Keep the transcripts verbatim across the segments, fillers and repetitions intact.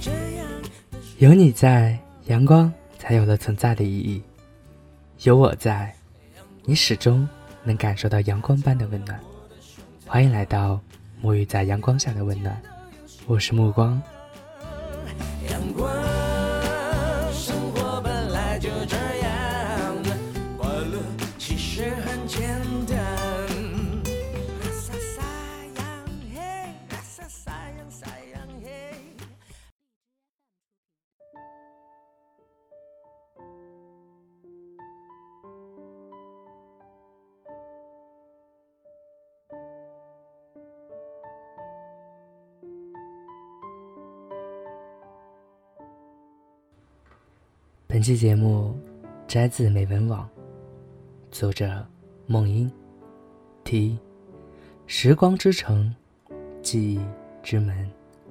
有你在，阳光才有了存在的意义。有我在，你始终能感受到阳光般的温暖。欢迎来到沐浴在阳光下的温暖，我是目光。阳光，生活本来就这样，快乐其实很简单。本期节目摘自美文网，作者梦英，题时光之城，记忆之门。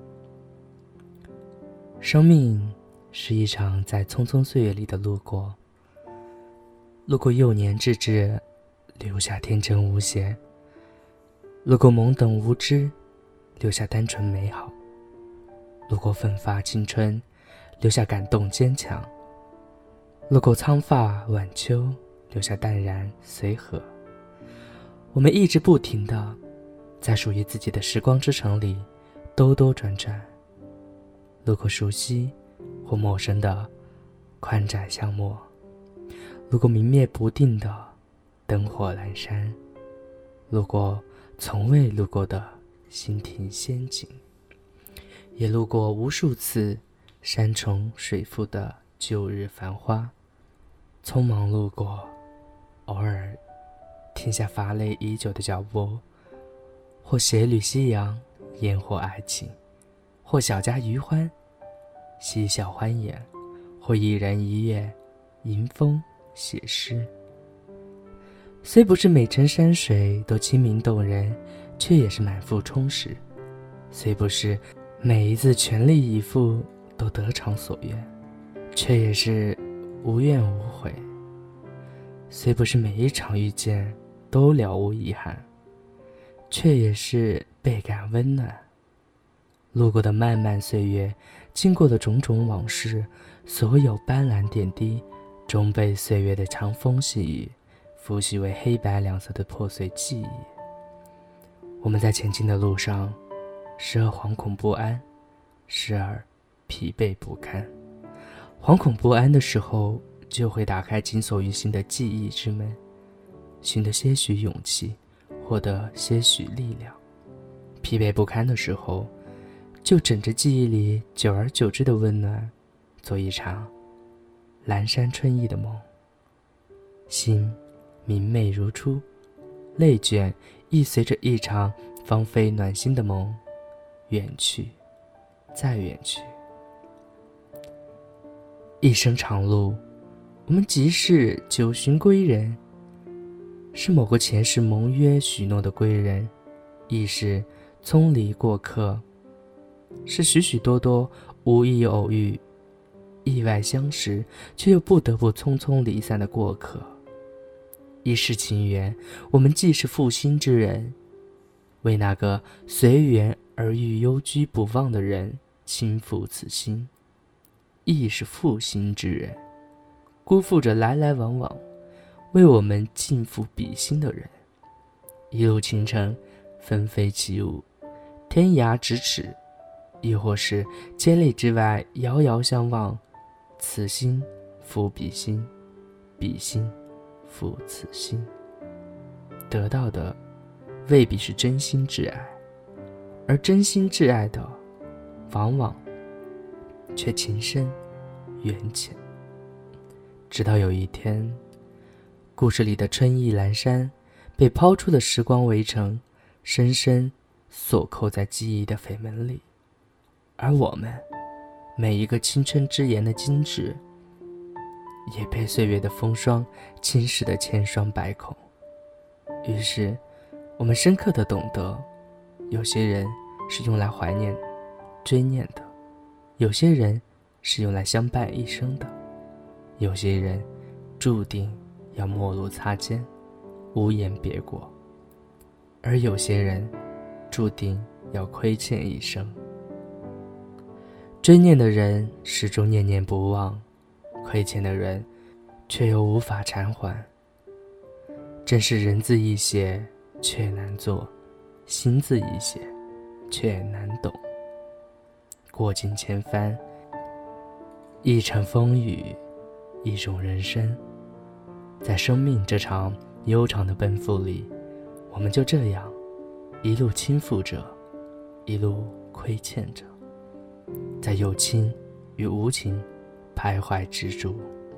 生命是一场在匆匆岁月里的路过，路过幼年稚稚，留下天真无邪；路过懵懂无知，留下单纯美好；路过奋发青春，留下感动坚强；路过苍发晚秋，留下淡然随和。我们一直不停地在属于自己的时光之城里兜兜转转，路过熟悉或陌生的宽窄巷陌，路过明灭不定的灯火阑珊，路过从未路过的新亭仙景，也路过无数次山重水复的旧日繁花。匆忙路过，偶尔停下乏累已久的脚步，或斜履夕阳，烟火爱情；或小家余欢，嬉笑欢颜；或一人一夜，迎风写诗。虽不是每程山水都清明动人，却也是满腹充实；虽不是每一次全力以赴都得偿所愿，却也是无怨无悔；虽不是每一场遇见都了无遗憾，却也是倍感温暖。路过的漫漫岁月，经过的种种往事，所有斑斓点滴，终被岁月的长风细雨拂洗为黑白两色的破碎记忆。我们在前进的路上，时而惶恐不安，时而疲惫不堪。惶恐不安的时候，就会打开紧锁于心的记忆之门，寻得些许勇气，获得些许力量。疲惫不堪的时候，就枕着记忆里久而久之的温暖，做一场阑珊春意的梦。心明媚如初，泪卷亦随着一场芳菲暖心的梦远去，再远去。一生长路，我们即是九旬归人，是某个前世盟约许诺的归人，亦是匆离过客，是许许多多无意偶遇、意外相识却又不得不匆匆离散的过客。一世情缘，我们既是负心之人，为那个随缘而遇幽居不忘的人倾覆此心；亦是负心之人，辜负着来来往往为我们尽付比心的人。一路倾城，纷飞起舞，天涯咫尺，亦或是千里之外遥遥相望，此心付彼心，彼心付此心。得到的未必是真心挚爱，而真心挚爱的往往却情深缘浅。直到有一天，故事里的春意阑珊被抛出的时光围城深深锁扣在记忆的绯门里，而我们每一个青春之言的精致，也被岁月的风霜侵蚀得千疮百孔。于是我们深刻地懂得，有些人是用来怀念追念的，有些人是用来相伴一生的，有些人注定要陌路擦肩，无言别过，而有些人注定要亏欠一生。 追念的人始终念念不忘，亏欠的人却又无法偿还。正是人字易写却难做，心字易写却难懂。过尽千帆，一场风雨，一种人生。在生命这场悠长的奔赴里，我们就这样一路倾覆着，一路亏欠着，在有情与无情徘徊执着。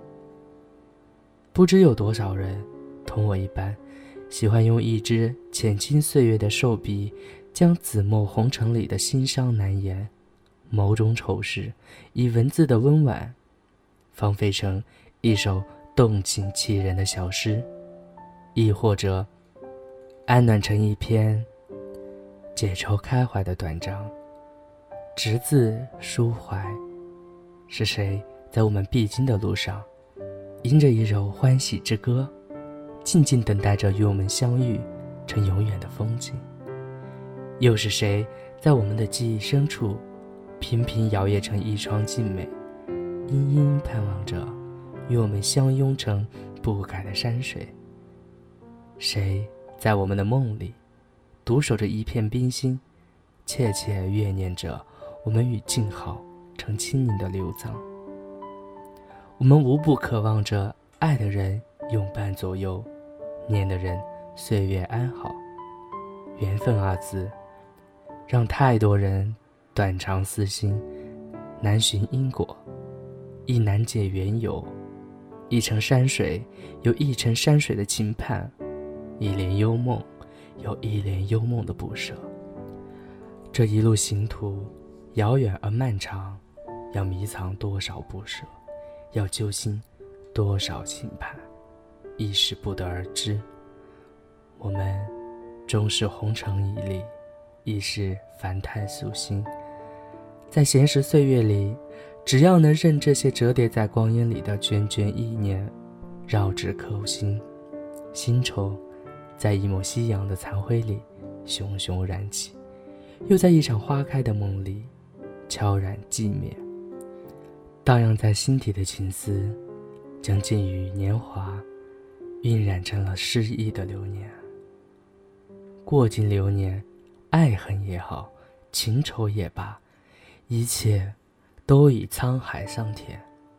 不知有多少人同我一般，喜欢用一支浅青岁月的瘦笔，将紫陌红尘里的心伤难言，某种丑事以文字的温婉放飞成一首动情气人的小诗，亦或者安暖成一篇解愁开怀的短章，直字抒怀。是谁在我们必经的路上，吟着一首欢喜之歌，静静等待着与我们相遇成永远的风景？又是谁在我们的记忆深处，频频摇曳成一窗静美，殷殷盼望着与我们相拥成不改的山水？谁在我们的梦里独守着一片冰心，切切怨念着我们与静好成轻盈的流葬？我们无不渴望着爱的人永伴左右，念的人岁月安好。缘分二字，让太多人断肠思心，难寻因果，亦难解缘由。一程山水有一程山水的情盼，一帘幽梦有一帘幽梦的不舍。这一路行途遥远而漫长，要迷藏多少不舍，要揪心多少情盼，一时不得而知。我们终是红尘一粒，亦是凡胎俗心。在闲时岁月里，只要能任这些折叠在光阴里的涓涓意念绕至扣心，新愁在一抹夕阳的残灰里熊熊燃起，又在一场花开的梦里悄然寂灭。荡漾在心底的情思，将尽于年华晕染成了诗意的流年。过尽流年，爱恨也好，情仇也罢，一切都已沧海桑田。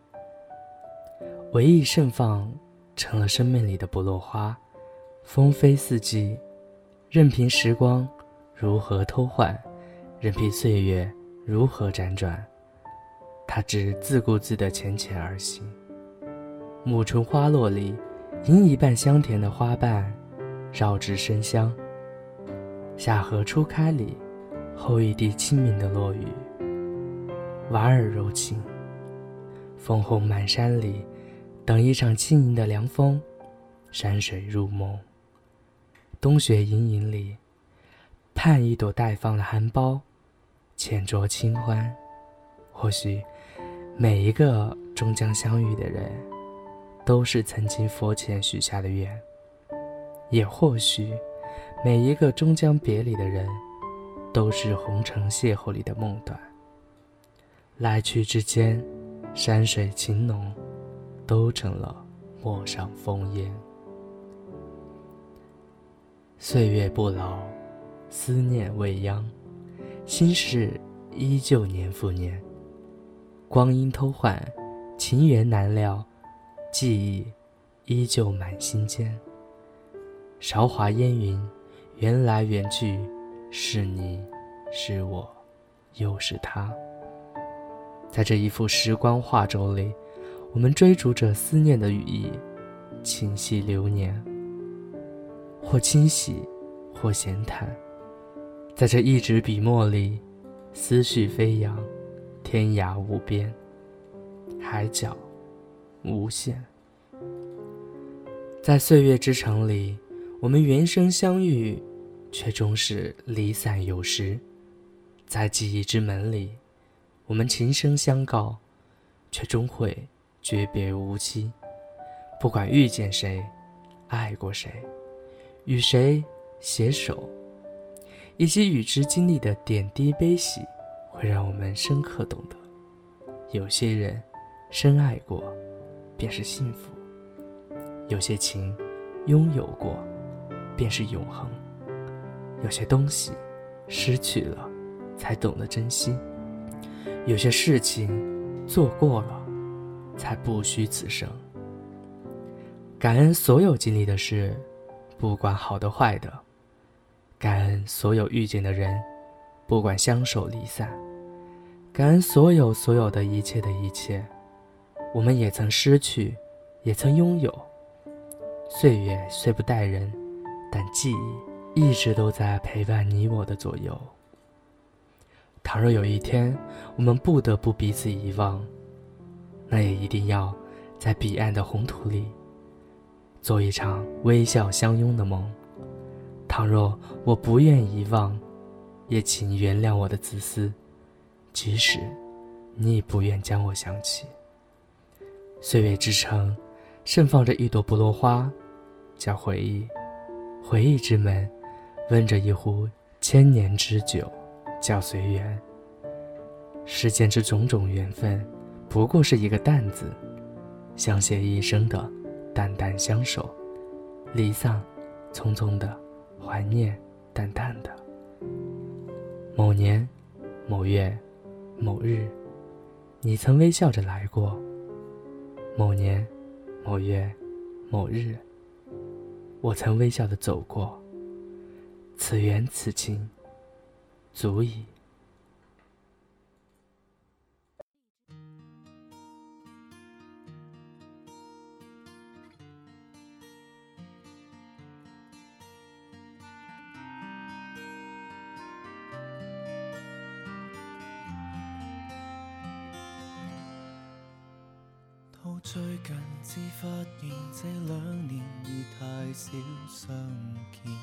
唯一盛放成了生命里的不落花，风飞四季，任凭时光如何偷换，任凭岁月如何辗转，它只自顾自地浅浅而行。暮春花落里，饮一半香甜的花瓣绕至生香。夏荷初开里，后一滴清明的落雨，莞尔柔情。枫红满山里，等一场轻盈的凉风，山水入梦。冬雪盈盈里，盼一朵待放的含苞，浅酌清欢。或许每一个终将相遇的人，都是曾经佛前许下的愿，也或许每一个终将别离的人，都是红尘邂逅里的梦短。来去之间，山水情浓，都成了陌上风烟。岁月不老，思念未央，心事依旧年复年。光阴偷换，情缘难料，记忆依旧满心间。韶华烟云，缘来缘去，是你是我又是他。在这一幅时光画轴里，我们追逐着思念的羽翼，清晰流年，或清洗，或闲谈。在这一纸笔墨里，思绪飞扬，天涯无边，海角无限。在岁月之城里，我们原生相遇，却终是离散有时。在记忆之门里，我们情深相告，却终会诀别无期。不管遇见谁，爱过谁，与谁携手，以及与之经历的点滴悲喜，会让我们深刻懂得有些人深爱过便是幸福，有些情拥有过便是永恒，有些东西失去了才懂得珍惜，有些事情做过了才不虚此生。感恩所有经历的事，不管好的坏的，感恩所有遇见的人，不管相守离散，感恩所有所有的一切的一切。我们也曾失去，也曾拥有。岁月虽不待人，但记忆一直都在陪伴你我的左右。倘若有一天我们不得不彼此遗忘，那也一定要在彼岸的红土里做一场微笑相拥的梦。倘若我不愿遗忘，也请原谅我的自私，即使你不愿将我想起。岁月之城盛放着一朵不落花，叫回忆，回忆之门温着一壶千年之酒，叫随缘。世间之种种缘分，不过是一个淡字，相携一生的淡淡相守，离散匆匆的怀念，淡淡的。某年某月某日，你曾微笑着来过，某年某月某日，我曾微笑地走过，此缘此情足矣。 到最近至發現這兩年已太少相見，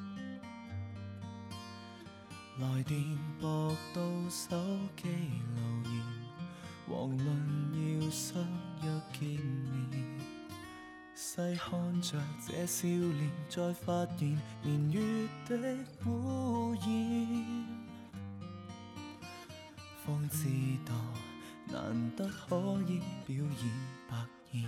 來電駁到手機留言，遑論要相約見面。細看着這少年，再發現年月的污染，方知道難得可以表現百厭，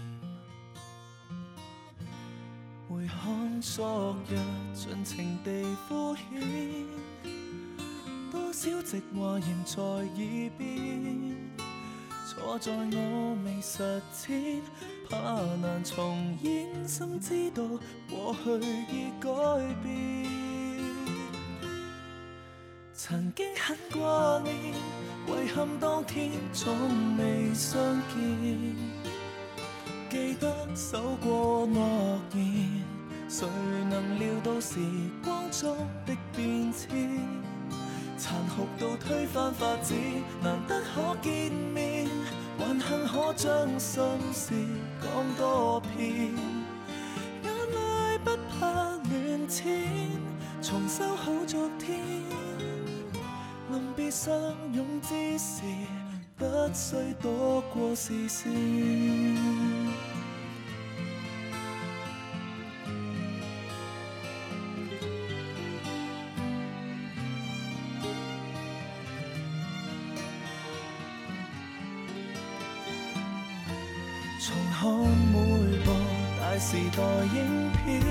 回看昨日盡情地敷衍，多少直話仍在耳邊，錯在我未實踐，怕難重演，心知道過去已改變。曾經很掛念，遺憾當天總未相見，記得守過諾言，誰能料到時光中的變遷，殘酷到推翻法子，難得可見面，還幸可將心事講多遍，眼淚不怕亂濺，重修好昨天。臨別相擁之時，不需躲過視線。重看每部大時代影片，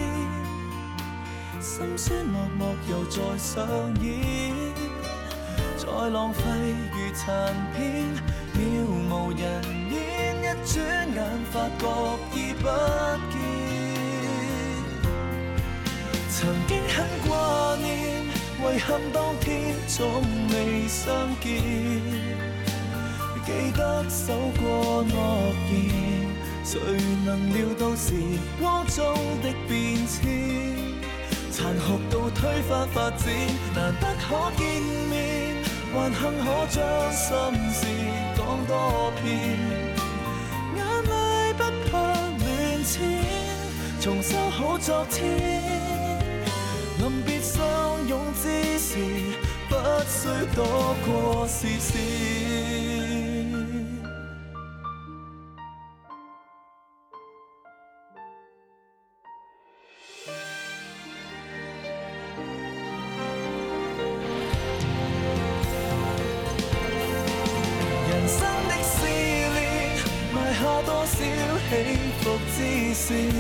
心酸落寞又再上演，再浪費如殘片，渺無人煙，一轉眼發覺已不見。曾經很掛念，遺憾當天總未相見，記得守過諾言，誰能料到時光中的變遷，殘酷到推翻法子，難得可見面，還幸可將心事講多遍，眼淚不怕亂濺，重修好昨天。臨別相擁之時，不需躲過視線。人生的事少起伏之線，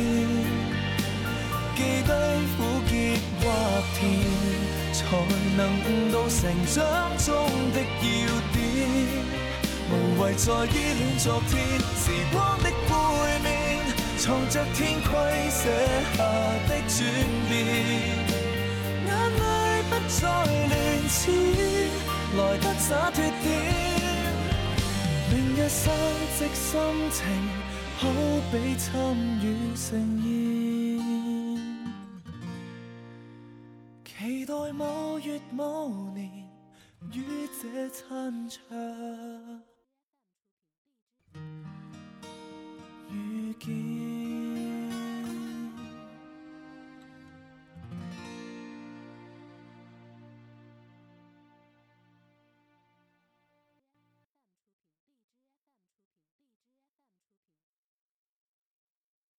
記低苦澀或甜，才能悟到成長中的要點。無謂在依戀昨天，時光的背面藏着天規寫下的轉變，眼淚不再亂濺，來得灑脱點。明日散席心情，好比參與盛宴，期待某月某年與這餐桌。